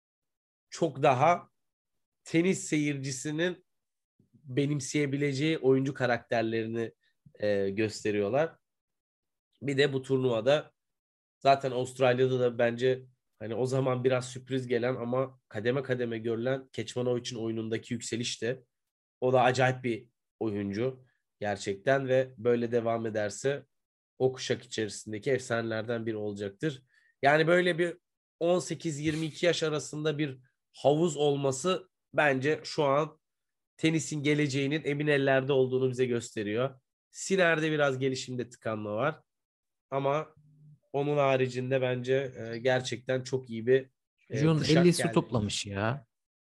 S3: çok daha tenis seyircisinin benimseyebileceği oyuncu karakterlerini e, gösteriyorlar. Bir de bu turnuvada zaten Avustralya'da da bence hani o zaman biraz sürpriz gelen ama kademe kademe görülen Kecmanovic'in oyunundaki yükseliş de o da acayip bir oyuncu gerçekten ve böyle devam ederse o kuşak içerisindeki efsanelerden biri olacaktır. Yani böyle bir on sekiz yirmi iki yaş arasında bir havuz olması bence şu an tenisin geleceğinin emin ellerde olduğunu bize gösteriyor. Sinner'de biraz gelişimde tıkanma var ama onun haricinde bence e, gerçekten çok iyi bir e,
S2: Çocuğun elli
S3: kuşak
S2: su
S3: geldi.
S2: toplamış ya.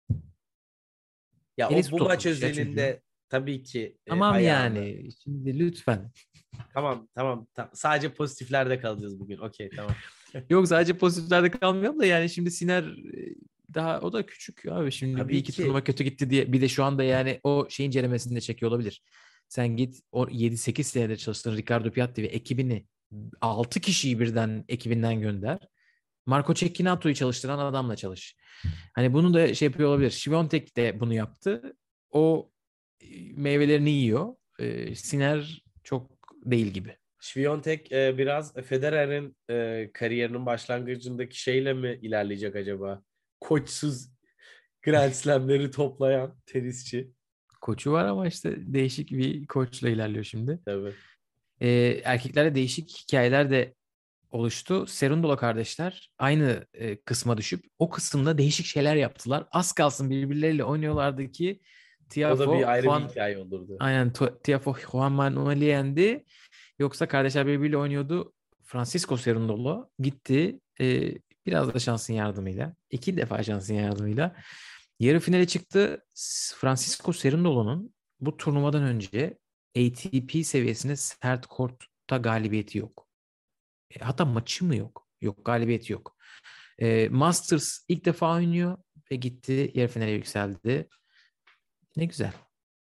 S3: Ya
S2: elli
S3: o
S2: su
S3: bu maç
S2: toplamış ya çocuğun.
S3: özelinde tabii ki e,
S2: Tamam
S3: ayağını.
S2: yani. Şimdi lütfen.
S3: Tamam tamam. Ta- sadece pozitiflerde kalacağız bugün. Okey tamam.
S2: Yok sadece pozitiflerde kalmayalım da yani şimdi Siner e, daha o da küçük abi. Şimdi bir
S3: Tabii
S2: iki turnuva
S3: ki.
S2: kötü gitti diye bir de şu anda yani o şeyin ceremesini de çekiyor olabilir. Sen git o yedi sekiz senedir çalıştığın Riccardo Piatti ve ekibini altı kişiyi birden ekibinden gönder. Marco Cecchinato'yu çalıştıran adamla çalış. Hani bunu da şey yapıyor olabilir. Świątek de bunu yaptı. O e, meyvelerini yiyor. E, Siner çok değil gibi.
S3: Świątek e, biraz Federer'in e, kariyerinin başlangıcındaki şeyle mi ilerleyecek acaba? Koçsuz Grand Slam'leri toplayan tenisçi.
S2: Koçu var ama işte değişik bir koçla ilerliyor şimdi.
S3: Tabii.
S2: Ee, erkeklerde değişik hikayeler de oluştu. Serundolo kardeşler aynı e, kısma düşüp o kısımda değişik şeyler yaptılar. Az kalsın birbirleriyle oynuyorlardı ki
S3: O da bir
S2: Tiafo,
S3: ayrı bir
S2: Juan,
S3: hikaye olurdu.
S2: aynen Tu- Tiafo Juan Manuel'i yendi. Yoksa kardeşler birbiriyle oynuyordu. Francisco Cerundolo gitti. e, biraz da şansın yardımıyla. iki defa şansın yardımıyla. Yarı finale çıktı. S- Francisco Cerundolo'nun bu turnuvadan önce A T P seviyesinde sert kortta galibiyeti yok. E, hatta maçı mı yok? Yok, galibiyeti yok. E, Masters ilk defa oynuyor ve gitti yarı finale yükseldi. Ne güzel.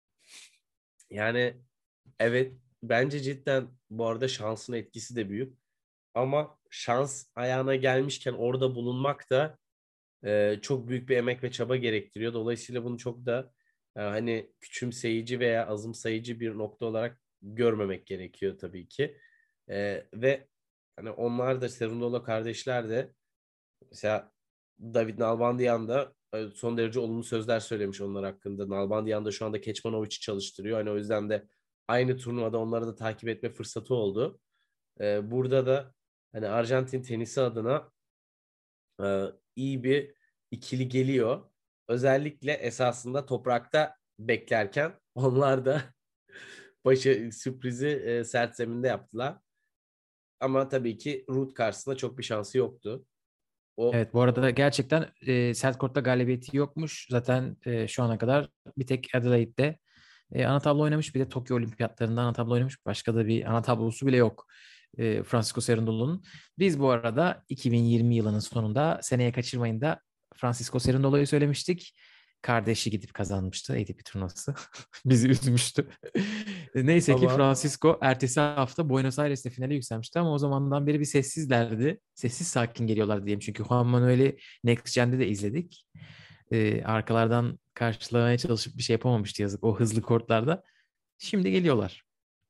S3: Yani evet, bence cidden bu arada şansın etkisi de büyük. Ama şans ayağına gelmişken orada bulunmak da e, çok büyük bir emek ve çaba gerektiriyor. Dolayısıyla bunu çok da e, hani küçümseyici veya azımsayıcı bir nokta olarak görmemek gerekiyor tabii ki. E, ve hani onlar da Cerundolo kardeşler de mesela David Nalbandian da e, son derece olumlu sözler söylemiş onlar hakkında. Nalbandian da şu anda Kecmanovic'i çalıştırıyor. Hani o yüzden de aynı turnuvada onları da takip etme fırsatı oldu. E, burada da hani Arjantin tenisi adına e, iyi bir ikili geliyor. Özellikle esasında toprakta beklerken onlar da başı sürprizi e, sert zeminde yaptılar. Ama tabii ki Ruud karşısında çok bir şansı yoktu. O
S2: Evet, bu arada gerçekten e, sert kortta galibiyeti yokmuş. Zaten e, şu ana kadar bir tek Adelaide'de e, ana tablo oynamış. Bir de Tokyo Olimpiyatlarında ana tablo oynamış. Başka da bir ana tablosu bile yok e, Francisco Cerundolo'nun. Biz bu arada iki bin yirmi yılının sonunda, seneye kaçırmayın da, Francisco Cerundolo'yu söylemiştik. Kardeşi gidip kazanmıştı A T P turnuvası. Bizi üzmüştü. Neyse ki
S3: ama
S2: Francisco ertesi hafta Buenos Aires'te finale yükselmişti ama o zamandan beri bir sessizlerdi. Sessiz sakin geliyorlar diyelim. Çünkü Juan Manuel'i Next Gen'de de izledik. Ee, arkalardan karşılamaya çalışıp bir şey yapamamıştı, yazık, o hızlı kortlarda. Şimdi geliyorlar.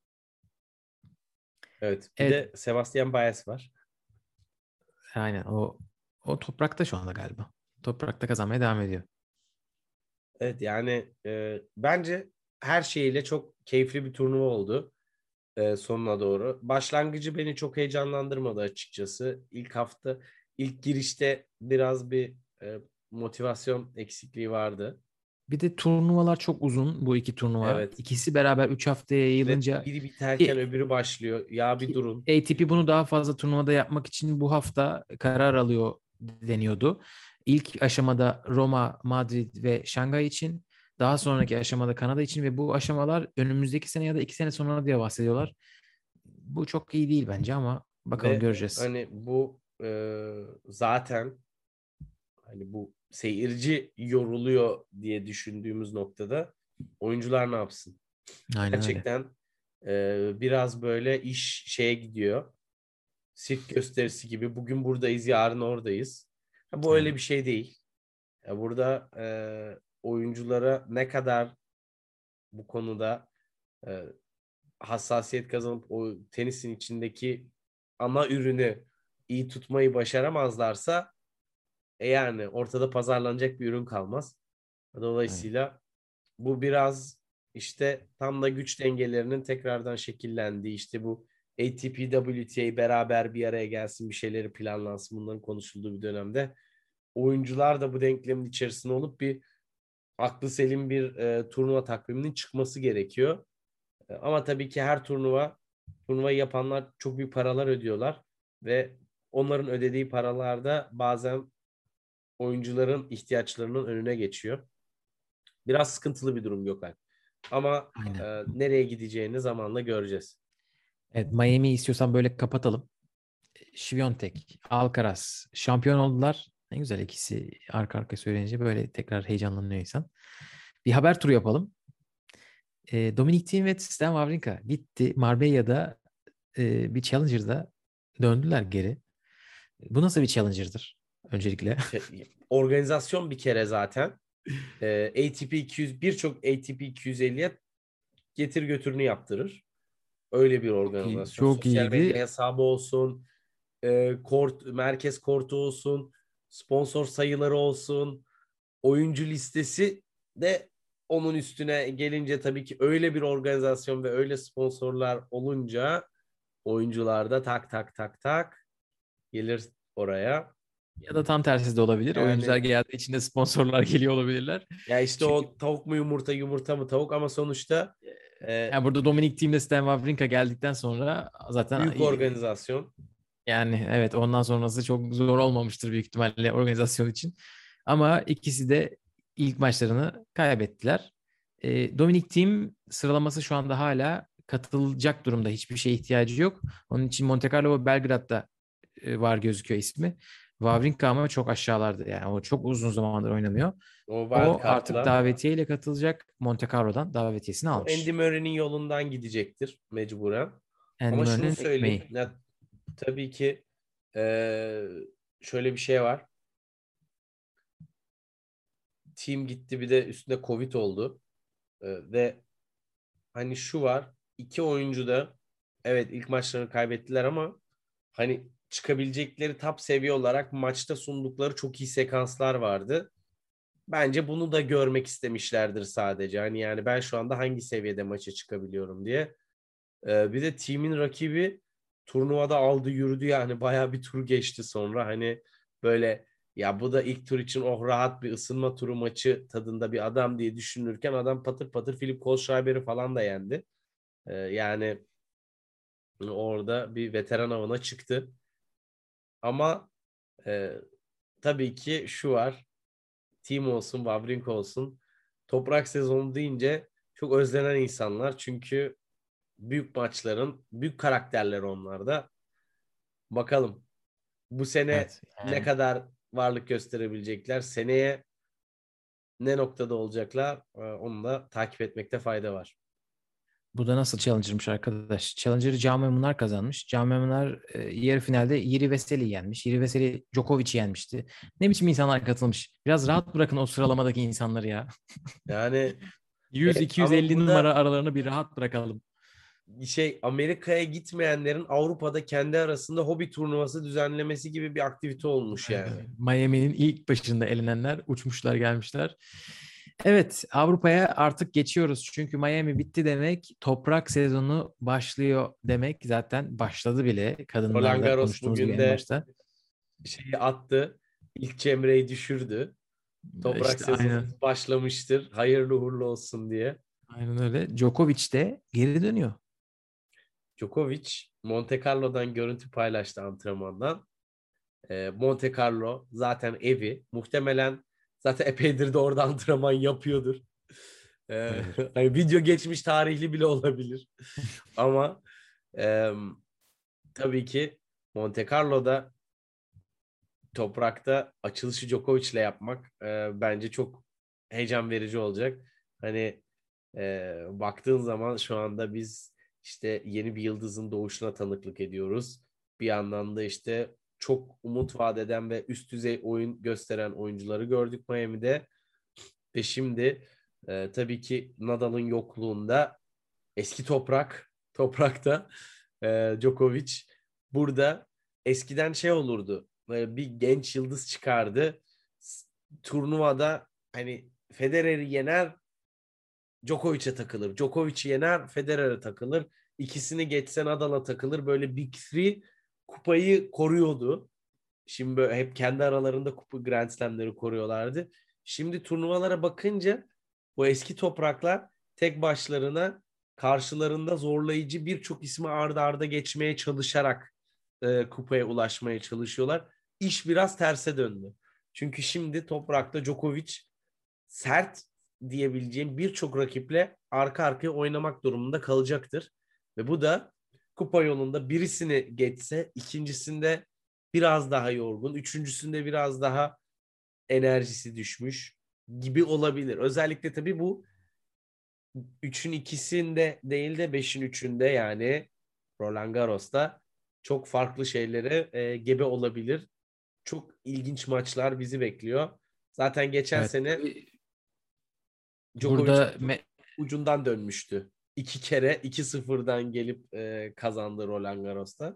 S3: evet, bir
S2: Evet,
S3: de Sebastian Baez var.
S2: aynen o o toprakta şu anda galiba. Toprakta kazanmaya devam ediyor.
S3: Evet yani e, bence her şeyiyle çok keyifli bir turnuva oldu e, sonuna doğru. Başlangıcı beni çok heyecanlandırmadı açıkçası. İlk hafta, ilk girişte biraz bir e, motivasyon eksikliği vardı.
S2: Bir de turnuvalar çok uzun, bu iki turnuva.
S3: Evet.
S2: İkisi beraber üç haftaya
S3: Ve
S2: yayılınca
S3: biri biterken
S2: ki
S3: öbürü başlıyor. Ya bir
S2: Ki
S3: durun.
S2: A T P bunu daha fazla turnuvada yapmak için bu hafta karar alıyor deniyordu. İlk aşamada Roma, Madrid ve Şangay için, daha sonraki aşamada Kanada için ve bu aşamalar önümüzdeki sene ya da iki sene sonra diye bahsediyorlar. Bu çok iyi değil bence ama bakalım,
S3: Ve
S2: göreceğiz.
S3: hani bu e, zaten hani bu seyirci yoruluyor diye düşündüğümüz noktada oyuncular ne yapsın?
S2: Aynen öyle.
S3: Gerçekten e, biraz böyle iş şeye gidiyor. Sirk gösterisi gibi. Bugün buradayız, yarın oradayız. Ha, bu öyle
S2: Aynen.
S3: bir şey değil. Ya burada e, oyunculara ne kadar bu konuda e, hassasiyet kazanıp o tenisin içindeki ana ürünü iyi tutmayı başaramazlarsa e yani ortada pazarlanacak bir ürün kalmaz.
S2: Aynen.
S3: Dolayısıyla bu biraz işte tam da güç dengelerinin tekrardan şekillendiği, işte bu A T P W T A beraber bir araya gelsin, bir şeyleri planlansın, bunların konuşulduğu bir dönemde oyuncular da bu denklemin içerisinde olup bir aklı selim bir e, turnuva takviminin çıkması gerekiyor. E, ama tabii ki her turnuva turnuvayı yapanlar çok büyük paralar ödüyorlar ve onların ödediği paralarda bazen oyuncuların ihtiyaçlarının önüne geçiyor. Biraz sıkıntılı bir durum Gökhan. Ama e,
S2: Aynen.
S3: nereye gideceğini zamanla göreceğiz.
S2: Evet, Miami istiyorsan böyle kapatalım. Świątek, Alcaraz şampiyon oldular. Ne güzel, ikisi arka arka söyleyince böyle tekrar heyecanlanıyor insan. Bir haber turu yapalım. E, Dominic Thiem ve Stan Wawrinka gitti. Marbella'da e, bir Challenger'da döndüler geri. Bu nasıl bir Challenger'dır öncelikle?
S3: Ç- Organizasyon bir kere zaten. E, A T P iki yüz, birçok A T P iki yüz elliye getir götürünü yaptırır. Öyle bir
S2: Çok iyi,
S3: organizasyon.
S2: çok
S3: Sosyal medya
S2: iyiydi.
S3: hesabı olsun, e, kort, merkez kortu olsun, sponsor sayıları olsun, oyuncu listesi de onun üstüne gelince tabii ki öyle bir organizasyon ve öyle sponsorlar olunca oyuncular da tak tak tak tak gelir oraya.
S2: Ya da tam tersi de olabilir.
S3: Yani-
S2: Oyuncular geldiği için de sponsorlar geliyor olabilirler.
S3: Ya işte
S2: Çünkü-
S3: o tavuk mu yumurta, yumurta mı tavuk ama sonuçta e,
S2: Yani burada Dominik Thiem'le Stan Wawrinka geldikten sonra zaten
S3: büyük organizasyon.
S2: yani evet ondan sonrası çok zor olmamıştır büyük ihtimalle organizasyon için. Ama ikisi de ilk maçlarını kaybettiler. E, Dominik Thiem sıralaması şu anda hala katılacak durumda. Hiçbir şeye ihtiyacı yok. Onun için Monte Carlo ve Belgrad'da e, var gözüküyor ismi. Wawrinka ama çok aşağılarda. Yani o çok uzun zamandır oynamıyor.
S3: O
S2: O
S3: wild
S2: artık
S3: card'la.
S2: davetiyeyle katılacak. Monte Carlo'dan davetiyesini
S3: O
S2: almış.
S3: Andy Murray'nin yolundan gidecektir mecburen.
S2: Andy
S3: Ama şunu
S2: Murray'nin
S3: söyleyeyim.
S2: ekmeği.
S3: Ya, tabii ki eee, şöyle bir şey var. Team gitti bir de üstüne Covid oldu. Eee, ve hani şu var. İki oyuncu da evet ilk maçlarını kaybettiler ama hani çıkabilecekleri top seviye olarak maçta sundukları çok iyi sekanslar vardı. Bence bunu da görmek istemişlerdir sadece. Hani yani ben şu anda hangi seviyede maça çıkabiliyorum diye. Ee, bir de team'in rakibi turnuvada aldı yürüdü yani bayağı bir tur geçti sonra. Hani böyle ya bu da ilk tur için oh rahat bir ısınma turu maçı tadında bir adam diye düşünürken adam patır patır Philip Kohlschreiber'i falan da yendi. Ee, yani orada bir veteran avına çıktı. Ama e, tabii ki şu var. Team olsun, Wawrinka olsun. Toprak sezonu deyince çok özlenen insanlar. Çünkü büyük maçların, büyük karakterler onlarda. Bakalım bu sene
S2: Evet.
S3: ne
S2: Yani
S3: kadar varlık gösterebilecekler, seneye ne noktada olacaklar, e, onu da takip etmekte fayda var.
S2: bu da nasıl Challenger'mış arkadaş? Challenger'ı Jaume Munar kazanmış. Jaume Munar e, yarı finalde Yuri Veseli'yi yenmiş. Yuri Veseli Djokovic'i yenmişti. Ne biçim insanlar katılmış. Biraz rahat bırakın o sıralamadaki insanları ya.
S3: Yani
S2: yüz
S3: evet, ama
S2: iki yüz elli numara
S3: burada
S2: aralarını bir rahat bırakalım.
S3: şey Amerika'ya gitmeyenlerin Avrupa'da kendi arasında hobi turnuvası düzenlemesi gibi bir aktivite olmuş yani.
S2: Miami'nin ilk başında elenenler uçmuşlar gelmişler. Evet, Avrupa'ya artık geçiyoruz. Çünkü Miami bitti demek, toprak sezonu başlıyor demek. Zaten başladı bile.
S3: Roland
S2: Kadınlarda
S3: Garros
S2: konuştuğumuz gibi
S3: bugün
S2: en
S3: de
S2: başta.
S3: şeyi attı. İlk Cemre'yi düşürdü. Toprak
S2: İşte
S3: sezonu
S2: aynen.
S3: başlamıştır. Hayırlı uğurlu olsun diye.
S2: Aynen öyle. Djokovic de geri dönüyor.
S3: Djokovic Monte Carlo'dan görüntü paylaştı antrenmandan. Ee, Monte Carlo zaten evi. Muhtemelen zaten epeydir de orada antrenman yapıyordur. Ee,
S2: Öyledir.
S3: hani video geçmiş tarihli bile olabilir. Ama e, tabii ki Monte Carlo'da toprakta açılışı Djokovic'le yapmak e, bence çok heyecan verici olacak. Hani e, baktığın zaman şu anda biz işte yeni bir yıldızın doğuşuna tanıklık ediyoruz. Bir yandan da işte çok umut vaat eden ve üst düzey oyun gösteren oyuncuları gördük Miami'de. Ve şimdi e, tabii ki Nadal'ın yokluğunda eski toprak, toprakta e, Djokovic burada eskiden şey olurdu. Böyle bir genç yıldız çıkardı. S- Turnuvada hani Federer'i yener, Djokovic'e takılır. Djokovic'i yener, Federer'e takılır. İkisini geçsen Nadal'a takılır. Böyle Big Three kupayı koruyordu. Şimdi böyle hep kendi aralarında kupa Grand Slam'leri koruyorlardı. Şimdi turnuvalara bakınca bu eski topraklar tek başlarına karşılarında zorlayıcı birçok ismi ardı arda geçmeye çalışarak e, kupaya ulaşmaya çalışıyorlar. İş biraz terse döndü. Çünkü şimdi toprakta Djokovic sert diyebileceğim birçok rakiple arka arkaya oynamak durumunda kalacaktır. Ve bu da kupa yolunda birisini geçse ikincisinde biraz daha yorgun, üçüncüsünde biraz daha enerjisi düşmüş gibi olabilir. Özellikle tabii bu üçün ikisinde değil de beşin üçünde yani Roland Garros'ta çok farklı şeylere e, gebe olabilir. Çok ilginç maçlar bizi bekliyor. Zaten geçen
S2: Evet.
S3: sene
S2: Tabii
S3: Djokovic
S2: burada me-
S3: ucundan dönmüştü. İki kere iki sıfırdan gelip e, kazandı Roland Garros'ta.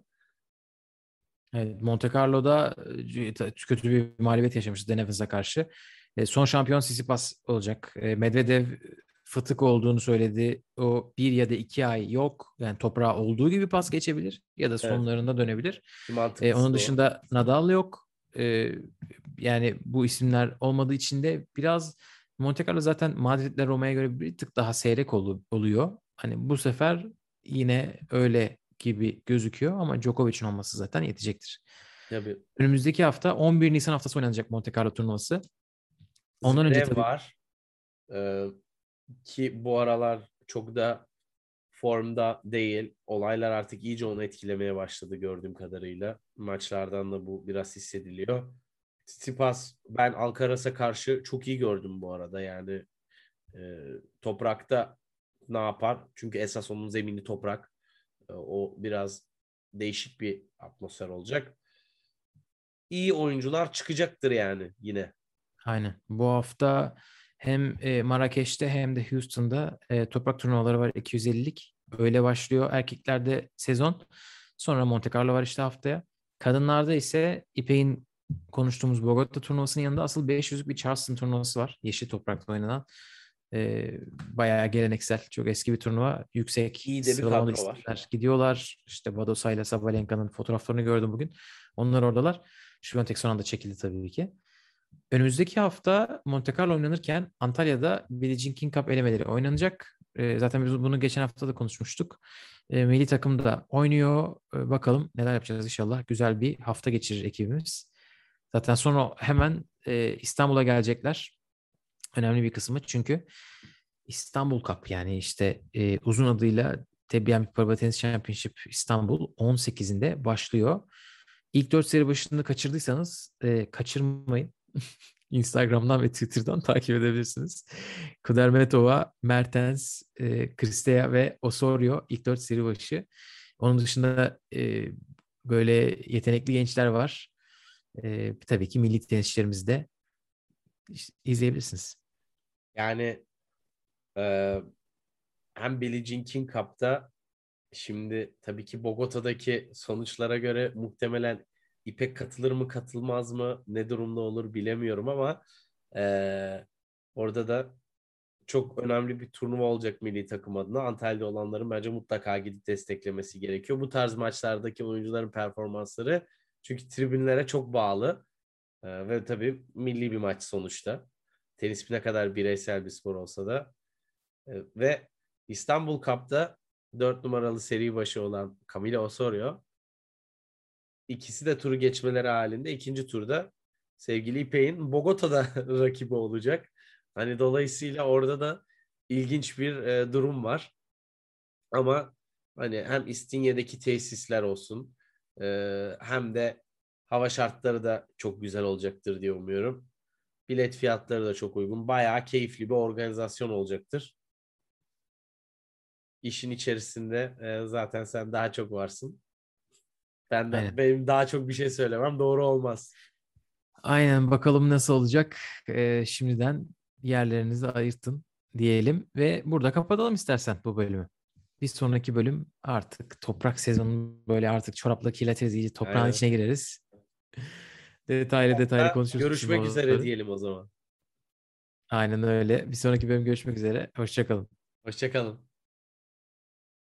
S2: evet, Monte Carlo'da e, ta- kötü bir mağlubiyet yaşamıştı Deneviz'e karşı. E, son şampiyon Tsitsipas olacak. E, Medvedev fıtık olduğunu söyledi. O bir ya da iki ay yok. Yani toprağa olduğu gibi pas geçebilir ya da
S3: Evet.
S2: sonlarında dönebilir. E,
S3: Mantıklısı
S2: onun
S3: da o.
S2: dışında Nadal yok. E, yani bu isimler olmadığı için de biraz Monte Carlo zaten Madrid'le Roma'ya göre bir tık daha seyrek olu- oluyor. Hani bu sefer yine öyle gibi gözüküyor ama Djokovic'in olması zaten yetecektir.
S3: Tabii.
S2: Önümüzdeki hafta on bir Nisan haftası oynanacak Monte Carlo turnuvası. Ondan önce
S3: Zverev
S2: tabii
S3: var. Ee, ki bu aralar çok da formda değil. Olaylar artık iyice onu etkilemeye başladı gördüğüm kadarıyla. Maçlardan da bu biraz hissediliyor. Tsitsipas ben Alcaraz'a karşı çok iyi gördüm bu arada. Yani e, toprakta ne yapar? Çünkü esas onun zemini toprak. E, o biraz değişik bir atmosfer olacak. İyi oyuncular çıkacaktır yani yine.
S2: aynen. Bu hafta hem e, Marrakeş'te hem de Houston'da e, toprak turnuvaları var iki yüz ellilik. Öyle başlıyor erkeklerde sezon. Sonra Monte Carlo var işte haftaya. Kadınlarda ise İpek'in konuştuğumuz Bogota turnuvasının yanında asıl beş yüzlük bir Charleston turnuvası var. Yeşil toprakta oynanan. E, bayağı geleneksel, çok eski bir turnuva. Yüksek
S3: İyi de bir
S2: sıralamalı
S3: kadro var.
S2: isimler gidiyorlar. İşte Badosa ile Sabalenka'nın fotoğraflarını gördüm bugün. Onlar oradalar. Świątek son anda çekildi tabii ki. Önümüzdeki hafta Monte Carlo oynanırken Antalya'da Billie Jean King Cup elemeleri oynanacak. Ee, zaten biz bunu geçen hafta da konuşmuştuk. Ee, milli takım da oynuyor. Ee, bakalım neler yapacağız inşallah. Güzel bir hafta geçirir ekibimiz. Zaten sonra hemen e, İstanbul'a gelecekler. Önemli bir kısmı çünkü İstanbul Cup, yani işte e, uzun adıyla T B M Paribas Tennis Championship İstanbul on sekizinde başlıyor. İlk dört seri başını kaçırdıysanız e, kaçırmayın. Instagram'dan ve Twitter'dan takip edebilirsiniz. Kudermetova, Mertens, e, Kristea ve Osorio ilk dört seri başı. Onun dışında e, böyle yetenekli gençler var. E, tabii ki milli tenisçilerimizi de işte izleyebilirsiniz.
S3: Yani e, hem Billie Jean King Cup'ta şimdi tabii ki Bogota'daki sonuçlara göre muhtemelen İpek katılır mı katılmaz mı ne durumda olur bilemiyorum ama e, orada da çok önemli bir turnuva olacak milli takım adına. Antalya'da olanların bence mutlaka gidip desteklemesi gerekiyor. Bu tarz maçlardaki oyuncuların performansları çünkü tribünlere çok bağlı. Ee, ve tabii milli bir maç sonuçta. Tenis ne kadar bireysel bir spor olsa da. Ee, ve İstanbul Cup'ta dört numaralı seri başı olan Camila Osorio ikisi de turu geçmeleri halinde ikinci turda sevgili İpek'in Bogota'da rakibi olacak. Hani dolayısıyla orada da ilginç bir e, durum var. Ama hani hem İstinye'deki tesisler olsun e, hem de hava şartları da çok güzel olacaktır diye umuyorum. Bilet fiyatları da çok uygun. Bayağı keyifli bir organizasyon olacaktır. İşin içerisinde e, zaten sen daha çok varsın. Ben de,
S2: Aynen.
S3: benim daha çok bir şey söylemem doğru olmaz.
S2: Aynen, bakalım nasıl olacak. Ee, şimdiden yerlerinizi ayırtın diyelim ve burada kapatalım istersen bu bölümü. Bir sonraki bölüm artık toprak sezonu, böyle artık çorapla kirletiriz, iyice toprağın
S3: Aynen.
S2: içine gireriz. Detaylı detaylı
S3: Ha,
S2: konuşuruz bütün
S3: görüşmek üzere
S2: konuları.
S3: diyelim o zaman.
S2: Aynen öyle. Bir sonraki bölüm görüşmek üzere. Hoşça kalın.
S3: Hoşça kalın.